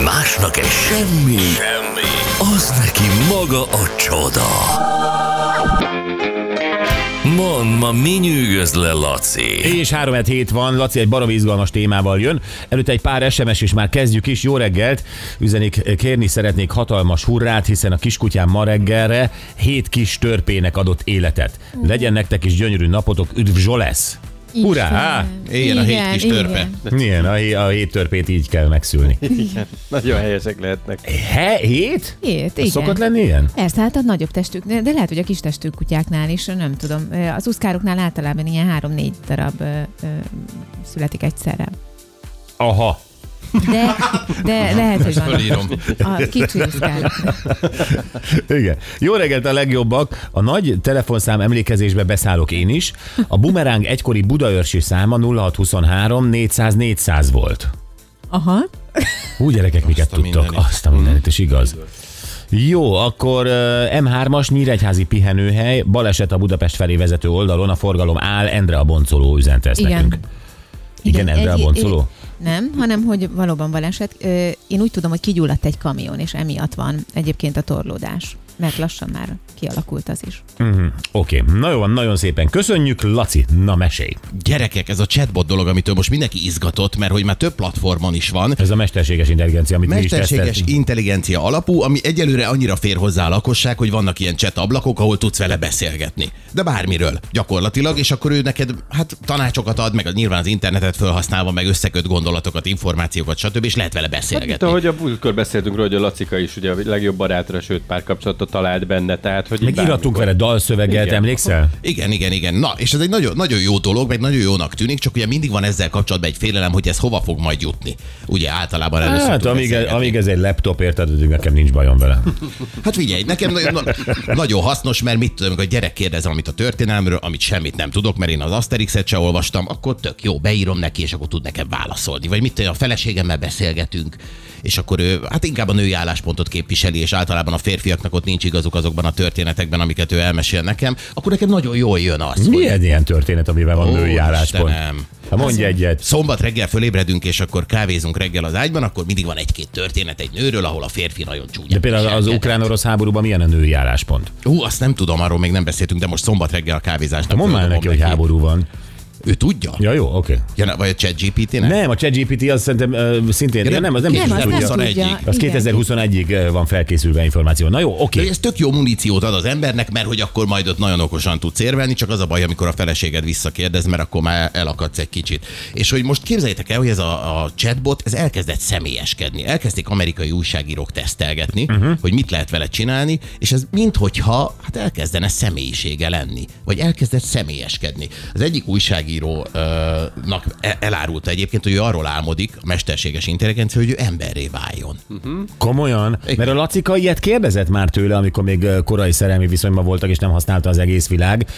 Másnak egy semmi, az neki maga a csoda. Mondd, ma mi nyűgöz le, Laci? És 3-7 van, Laci egy baromi izgalmas témával jön. Előtte egy pár SMS is, már kezdjük is. Jó reggelt, üzenik, kérni szeretnék hatalmas hurrát, hiszen a kiskutyám ma reggelre 7 kis törpének adott életet. Legyen nektek is gyönyörű napotok, üdv Zsolesz! Hurrá! Éljen a 7 kis törpe. Milyen, a 7 törpét így kell megszülni. Igen, nagyon helyesek lehetnek. 7? 7, igen. Szokott lenni ilyen? Persze, hát a nagyobb testük, de lehet, hogy a kis testű kutyáknál is, nem tudom. Az uszkároknál általában ilyen 3-4 darab születik egyszerre. Aha. De lehet, hogy van. Fölírom. A kicsi uszkárok. Igen. Jó reggelt a legjobbak. A nagy telefonszám emlékezésbe beszállok én is. A bumeráng egykori budaörsi száma 0623 400 400 volt. Aha. Hú, gyerekek, miket tudtok? mindenit. Azt a mindenit, és igaz. Jó, akkor M3-as Nyíregyházi pihenőhely, baleset a Budapest felé vezető oldalon, a forgalom áll, Endre a boncoló üzente ezt Igen. nekünk. Igen, Endre a boncoló? Nem, hanem hogy valóban baleset. Én úgy tudom, hogy kigyulladt egy kamion, és emiatt van egyébként a torlódás. Mert lassan már kialakult az is. Oké. Na jó van, nagyon szépen köszönjük. Laci, na mesélj. Gyerekek, ez a chatbot dolog, amitől most mindenki izgatott, mert hogy már több platformon is van. Ez a mesterséges intelligencia, amit mi is Mesterséges teszteltünk. intelligencia alapú, ami egyelőre annyira fér hozzá a lakosság, hogy vannak ilyen chat ablakok, ahol tudsz vele beszélgetni. De bármiről, gyakorlatilag, és akkor ő neked hát tanácsokat ad, meg nyilván az internetet felhasználva, meg összeköt gondolatokat, információkat, stb. És lehet vele beszélgetni. Hát, ahogy a múltkor beszéltünk róla, hogy a Lacika is ugye a legjobb barátra, sőt párkapcsolatot talált benne, tehát hogy Meg írtunk vele dalszöveget, Igen. emlékszel? Igen. Na, és ez egy nagyon, nagyon jó dolog, meg nagyon jónak tűnik, csak ugye mindig van ezzel kapcsolatban egy félelem, hogy ez hova fog majd jutni. Ugye általában először Hát, tud amíg beszélgetni. ez egy laptop, érted, nekem nincs bajom vele. Hát figyelj, nekem nagyon hasznos, mert mit tudom, amikor a gyerek kérdez valamit a történelmről, amit semmit nem tudok, mert én az Asterixet se olvastam, akkor tök jó, beírom neki, és akkor tud nekem válaszolni. Vagy mit tudom, a feleségemmel beszélgetünk, és akkor ő hát inkább a női álláspontot képviseli, és általában a férfiaknak ott nincs igazuk azokban a történetekben, amiket ő elmesél nekem, akkor nekem nagyon jól jön az. Milyen ilyen történet, amiben van női álláspont? Istenem. Hát mondj egyet. Szombat reggel fölébredünk, és akkor kávézunk reggel az ágyban, akkor mindig van egy-két történet egy nőről, ahol a férfi nagyon csúnya. De például az ukrán-orosz háborúban milyen a női álláspont? Azt nem tudom, arról még nem beszéltünk, de most szombat reggel a kávézásnak. Mondd már földobom neki, hogy háború van. Ő tudja? Ja, jó, oké. Ja, vagy a ChatGPT-nek? Nem, a ChatGPT az szerintem szintén, Ja, nem, az nem nem, biztos, az hogy nem tudja. tudja. Az Igen. 2021-ig van felkészülve információ. Na jó, De oké. ez tök jó muníciót ad az embernek, mert hogy akkor majd ott nagyon okosan tudsz érvelni, csak az a baj, amikor a feleséged visszakérdez, mert akkor már elakadsz egy kicsit. És hogy most képzeljétek el, hogy ez a chatbot, ez elkezdett személyeskedni. Elkezdték amerikai újságírók tesztelgetni, hogy mit lehet vele csinálni, és ez minthogyha hát elkezdene személyisége lenni, vagy elkezdett személyeskedni. Az egyik újságírónak elárulta egyébként, hogy ő arról álmodik, a mesterséges intelligencia, hogy ő emberré váljon. Komolyan? Mert a Lacika ilyet kérdezett már tőle, amikor még korai szerelmi viszonyban voltak, és nem használta az egész világ,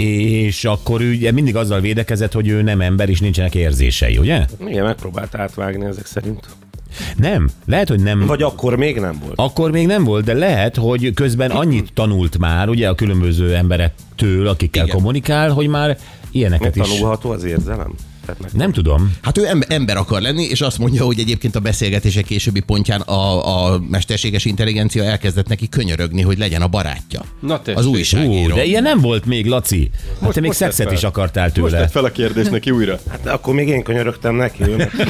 és akkor ő ugye mindig azzal védekezett, hogy ő nem ember, és nincsenek érzései, ugye? Igen, megpróbált átvágni ezek szerint. Nem. Lehet, hogy nem. Vagy akkor még nem volt. Akkor még nem volt, de lehet, hogy közben annyit tanult már, ugye a különböző emberektől, akikkel Igen. kommunikál, hogy már ilyeneket is. Tanulható az érzelem? Nem tudom. Hát ő ember akar lenni, és azt mondja, hogy egyébként a beszélgetések későbbi pontján a mesterséges intelligencia elkezdett neki könyörögni, hogy legyen a barátja. Na tessék. Az újságíró. De ilyen nem volt még, Laci. Hát te még most tett szexet fel. is akartál Most tőle. tett fel a kérdést neki újra. Hát akkor még én könyörögtem neki.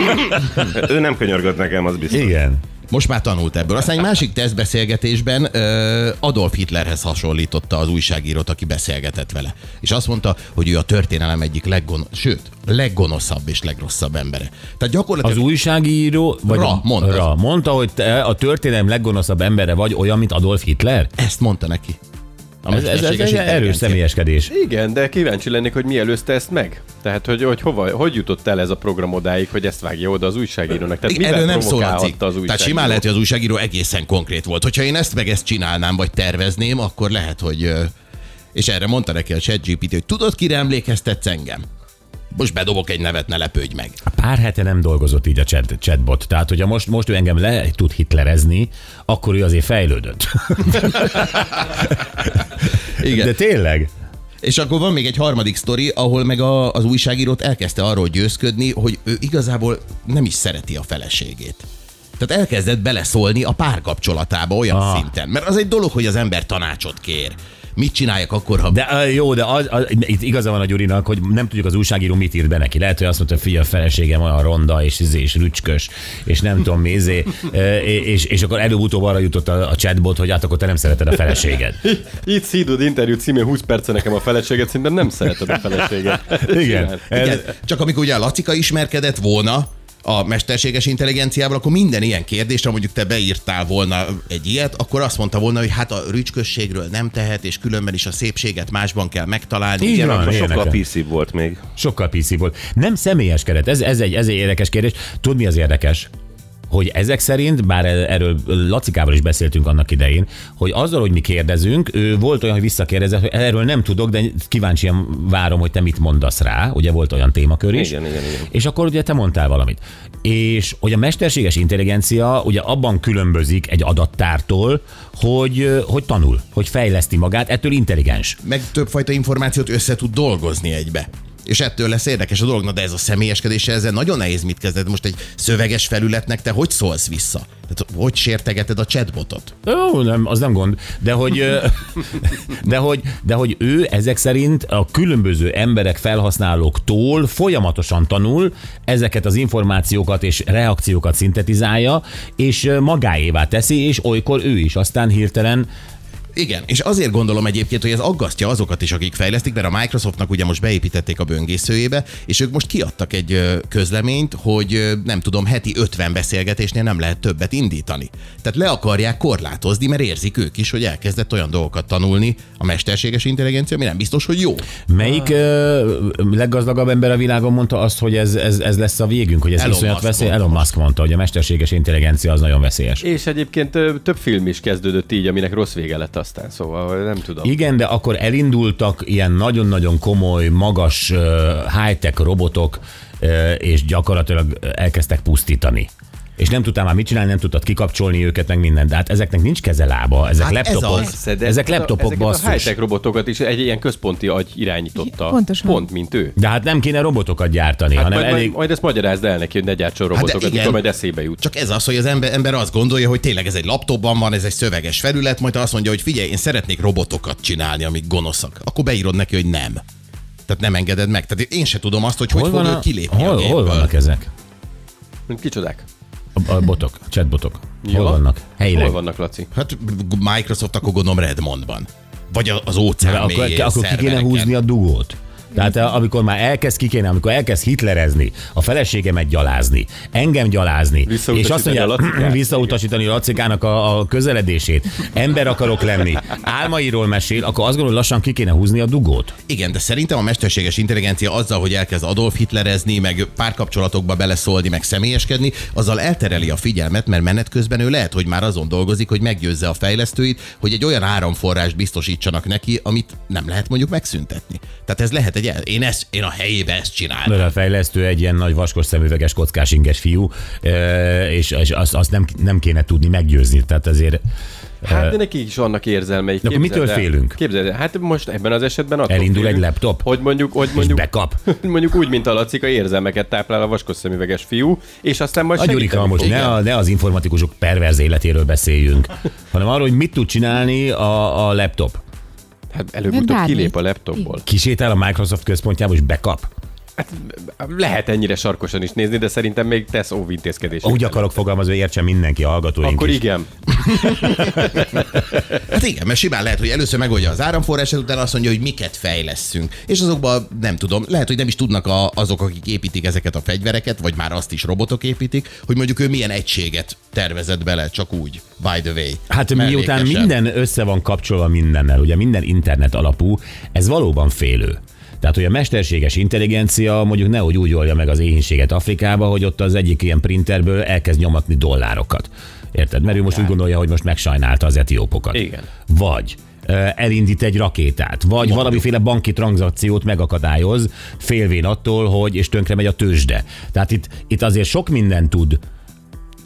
Ő nem könyörgött nekem, az biztos. Igen. Most már tanult ebből. Aztán egy másik tesztbeszélgetésben Adolf Hitlerhez hasonlította az újságírót, aki beszélgetett vele. És azt mondta, hogy ő a történelem egyik leggonoszabb és legrosszabb embere. Tehát gyakorlatilag Az újságíró, vagy mondta, hogy te a történelem leggonoszabb embere vagy, olyan, mint Adolf Hitler? ezt mondta neki. A Ez mesterséges egy erős intelligencia. személyeskedés. Igen, de kíváncsi lennék, hogy mi előzte ezt meg. Tehát, hogy jutott el ez a program odáig, hogy ezt vágja oda az újságírónak. Tehát Erről mivel nem szól a cikk. provokálhatta az Tehát újságíró? simán lehet, hogy az újságíró egészen konkrét volt. Hogyha én ezt meg ezt csinálnám, vagy tervezném, akkor lehet, hogy... És erre mondta neki a ChatGPT, hogy tudod, kire emlékeztetsz engem? Most bedobok egy nevet, ne lepődj meg. Pár hete nem dolgozott így a chatbot. Tehát, hogyha most ő engem le tud hitlerezni, akkor ő azért fejlődött. Igen. De tényleg? És akkor van még egy harmadik sztori, ahol meg az újságírót elkezdte arról győzködni, hogy ő igazából nem is szereti a feleségét. Tehát elkezdett beleszólni a párkapcsolatába olyan szinten. Mert az egy dolog, hogy az ember tanácsot kér. Mit csináljak akkor, ha... De jó, de itt igaza van a Gyurinak, hogy nem tudjuk az újságíró mit írt be neki. Lehet, hogy azt mondta, figyelj, a feleségem olyan ronda, és rücskös, és nem tudom mi, és akkor előbb-utóbb arra jutott a chatbot, hogy hát akkor te nem szereted a feleséged. Itt szídod interjú címén 20 perce nekem a feleséget, szerintem nem szereted a feleséget. Igen. Igen. Csak amikor ugye a Lacika ismerkedett volna a mesterséges intelligenciával, akkor minden ilyen kérdésre, mondjuk te beírtál volna egy ilyet, akkor azt mondta volna, hogy hát a rücskösségről nem tehet, és különben is a szépséget másban kell megtalálni. Így Igen, van, akkor sokkal ilyeneken. PC volt még. Sokkal PC volt. Nem személyeskedett. Ez egy érdekes kérdés. Tudod, mi az érdekes? Hogy ezek szerint, bár erről Lacikával is beszéltünk annak idején, hogy azzal, hogy mi kérdezünk, ő volt olyan, hogy visszakérdezett, hogy erről nem tudok, de kíváncsian várom, hogy te mit mondasz rá. Ugye volt olyan témakör is. Igen. És akkor ugye te mondtál valamit. És hogy a mesterséges intelligencia ugye abban különbözik egy adattártól, hogy tanul, hogy fejleszti magát, ettől intelligens. Meg többfajta információt össze tud dolgozni egybe. És ettől lesz érdekes a dolog, na de ez a személyeskedése, ezzel nagyon nehéz mit kezded. Most egy szöveges felületnek te hogy szólsz vissza? Tehát hogy sértegeted a chatbotot? Ó, nem, az nem gond, de hogy ő ezek szerint a különböző emberek, felhasználóktól folyamatosan tanul, ezeket az információkat és reakciókat szintetizálja, és magáévá teszi, és olykor ő is aztán hirtelen. Igen, és azért gondolom egyébként, hogy ez aggasztja azokat is, akik fejlesztik, mert a Microsoftnak ugye most beépítették a böngészőjébe, és ők most kiadtak egy közleményt, hogy nem tudom, heti 50 beszélgetésnél nem lehet többet indítani. Tehát le akarják korlátozni, mert érzik ők is, hogy elkezdett olyan dolgokat tanulni a mesterséges intelligencia, ami nem biztos, hogy jó. Melyik leggazdagabb ember a világon mondta azt, hogy ez lesz a végünk, hogy ez Elon iszonyat Musk veszély? mondta Elon Musk mondta, hogy a mesterséges intelligencia az nagyon veszélyes. És egyébként több film is kezdődött így, aminek rossz vége lett aztán, szóval nem tudom. Igen, de akkor elindultak ilyen nagyon-nagyon komoly, magas high-tech robotok, és gyakorlatilag elkezdtek pusztítani. És nem tudtál már mit csinálni, nem tudtad kikapcsolni őket, meg mindent. De hát ezeknek nincs kezelába, ezek Hát laptopok. ez Laptopok, ezeket basszus. a high-tech robotokat is egy ilyen központi agy irányította. Pontosan. Pont, mint ő. De hát nem kéne robotokat gyártani, Hát hanem majd, elég... majd ezt magyarázd el neki, hogy ne gyártson robotokat, igen. mikor majd eszébe jut. Csak ez az, hogy az ember azt gondolja, hogy tényleg ez egy laptopban van, ez egy szöveges felület, majd azt mondja, hogy figyelj, én szeretnék robotokat csinálni, amik gonoszak. Akkor beírod neki, hogy nem. Tehát nem engeded meg. Tehát én se tudom azt, hogy fog ő kilépni a gépből. hol vannak ezek? Kicsodák? A botok, a chatbotok. Hol Ja. vannak? Helyileg. Hol vannak, Laci? Hát Microsoft, akkor gondolom Redmondban. Vagy az óceán Akkor mélyén ki kéne szervereken. húzni a dugót. Tehát amikor már amikor elkezd hitlerezni, a feleségemet gyalázni, engem gyalázni, és azt mondja, Lacikát? visszautasítani Lacikának a közeledését, ember akarok lenni, álmairól mesél, akkor azt gondolom, lassan ki kéne húzni a dugót. Igen, de szerintem a mesterséges intelligencia azzal, hogy elkezd Adolf Hitlerezni, meg párkapcsolatokba beleszólni, meg személyeskedni, azzal eltereli a figyelmet, mert menet közben ő lehet, hogy már azon dolgozik, hogy meggyőzze a fejlesztőit, hogy egy olyan áramforrást biztosítsanak neki, amit nem lehet mondjuk megszüntetni. Tehát ez lehet én a helyébe ezt csinálnám. De a fejlesztő egy ilyen nagy vaskos szemüveges, kockás inges fiú, és azt nem kéne tudni meggyőzni. Tehát ezért... Hát de nekik is vannak érzelmeik. De akkor Képzeld mitől el. félünk? Képzeld el, hát most ebben az esetben attól Elindul félünk, egy laptop, hogy mondjuk és bekap. mondjuk úgy, mint a Lacika, érzelmeket táplál a vaskos szemüveges fiú, és aztán majd A Gyurika, segíteni most fog. ne az informatikusok perverz életéről beszéljünk, hanem arról, hogy mit tud csinálni a laptop. Hát előbb-utóbb Bármit. kilép a laptopból. Kisétál a Microsoft központjába, és bekap. Hát lehet ennyire sarkosan is nézni, de szerintem még tesz óvintézkedéseket. Úgy akarok fogalmazni, hogy értsen mindenki, a hallgatóink Akkor is. igen. Hát igen, mert simán lehet, hogy először megoldja az áramforrását, utána azt mondja, hogy miket fejleszünk. És azokban nem tudom, lehet, hogy nem is tudnak azok, akik építik ezeket a fegyvereket, vagy már azt is robotok építik, hogy mondjuk ő milyen egységet tervezett bele, csak úgy, by the way. Hát miután Mellékesen. minden össze van kapcsolva mindennel, ugye minden internet alapú, ez valóban félő. Tehát, hogy a mesterséges intelligencia mondjuk nehogy úgy oldja meg az éhínséget Afrikába, hogy ott az egyik ilyen printerből elkezd nyomatni dollárokat. Érted? Mert ő most úgy gondolja, hogy most megsajnálta az etiópokat. Igen. Vagy elindít egy rakétát, vagy valamiféle banki tranzakciót megakadályoz, félvén attól, hogy és tönkre megy a tőzsde. Tehát itt azért sok minden tud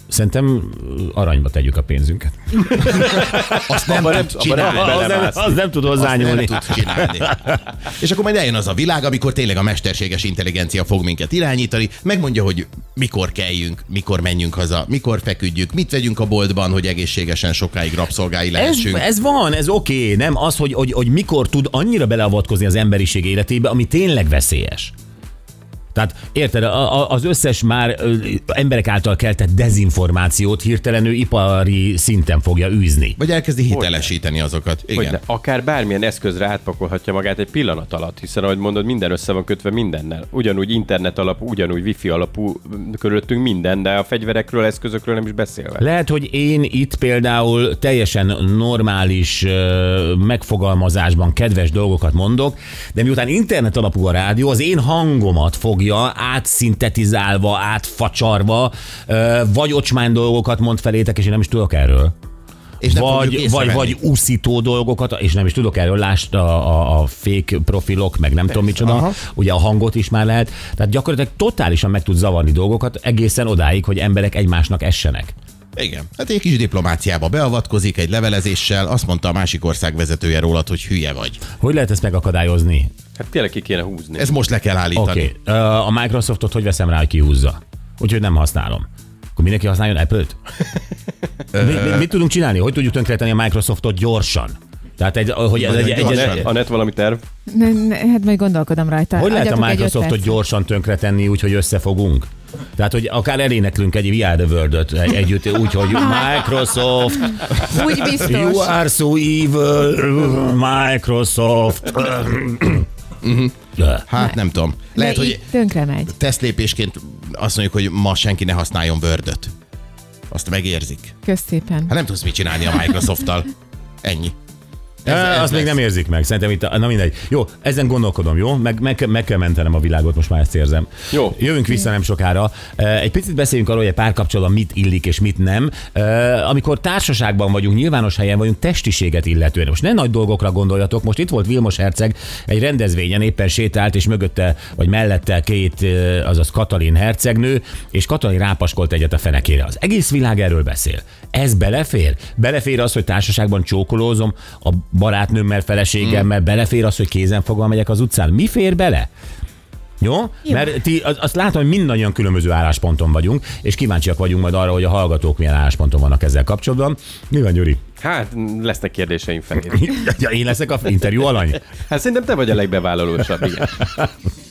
Szerintem aranyba tegyük a pénzünket. Azt nem tud csinálni. Az nem tud Azt nem hozzányúlni. tud csinálni. És akkor majd eljön az a világ, amikor tényleg a mesterséges intelligencia fog minket irányítani, megmondja, hogy mikor keljünk, mikor menjünk haza, mikor feküdjünk, mit vegyünk a boltban, hogy egészségesen sokáig rabszolgái lehessünk. Ez van, ez oké. Nem az, hogy mikor tud annyira beleavatkozni az emberiség életébe, ami tényleg veszélyes. Tehát érted, az összes már emberek által keltett dezinformációt hirtelen ő ipari szinten fogja űzni. Vagy elkezdi hitelesíteni azokat. Igen. Hogyne. Akár bármilyen eszközre átpakolhatja magát egy pillanat alatt, hiszen ahogy mondod, minden össze van kötve mindennel. Ugyanúgy internet alapú, ugyanúgy wifi alapú körülöttünk minden, de a fegyverekről, eszközökről nem is beszélve. Lehet, hogy én itt például teljesen normális megfogalmazásban kedves dolgokat mondok, de miután internet alapú a rádió, az én hangomat fogja átszintetizálva, átfacsarva, vagy ocsmány dolgokat mond felétek, és én nem is tudok erről. És nem fogjuk észrevenni. Vagy úszító dolgokat, és nem is tudok erről, lásd a fake profilok, meg nem tudom micsoda, aha. ugye a hangot is már lehet, tehát gyakorlatilag totálisan meg tud zavarni dolgokat egészen odáig, hogy emberek egymásnak essenek. Igen. Hát egy kis diplomáciába beavatkozik egy levelezéssel, azt mondta a másik ország vezetője rólad, hogy hülye vagy. Hogy lehet ezt megakadályozni? Hát tényleg ki kéne húzni. Ez most le kell állítani. Oké. A Microsoftot hogy veszem rá, hogy kihúzza? Úgyhogy nem használom. Akkor mindenki használjon Apple-t? Mit tudunk csinálni? Hogy tudjuk tönkretenni a Microsoftot gyorsan? Tehát hogy ez Anett, valami terv? Hát majd gondolkodom rajta. hogy lehet a Adjatok egy Microsoftot ötletet. gyorsan tönkretenni, úgy, hogy összefogunk? Tehát, hogy akár eléneklünk egy We Are the World-öt együtt, úgy, hogy Microsoft, Úgy biztos. you are so evil, Microsoft. Hát nem tudom. Lehet, De hogy így tönkre megy. tesztlépésként azt mondjuk, hogy ma senki ne használjon Word-öt. Azt megérzik. Kösz szépen. Hát nem tudsz mit csinálni a Microsofttal. Ennyi. Azt még lesz. nem érzik meg. Szerintem itt, na mindegy. Jó, ezen gondolkodom, jó? Meg kell mentenem a világot, most már ezt érzem. Jó. Jövünk vissza nem sokára. Egy picit beszéljünk arról, hogy egy párkapcsolatban mit illik és mit nem. Amikor társaságban vagyunk, nyilvános helyen vagyunk, testiséget illetően. Most ne nagy dolgokra gondoljatok. Most itt volt Vilmos herceg egy rendezvényen, éppen sétált, és mögötte, vagy mellette két, azaz Katalin hercegnő, és Katalin rápaskolt egyet a fenekére. Az egész világ erről beszél. Ez belefér? Belefér az, hogy társaságban csókolózom a barátnőmmel, feleségemmel, belefér az, hogy kézenfogva megyek az utcán. Mi fér bele? Jó? Mert ti azt látom, hogy mindannyian különböző állásponton vagyunk, és kíváncsiak vagyunk majd arra, hogy a hallgatók milyen állásponton vannak ezzel kapcsolatban. Mi van, Gyuri? Hát lesznek kérdéseim felé. Ja, én leszek a interjú alany? Hát szerintem te vagy a legbevállalósabb, igen.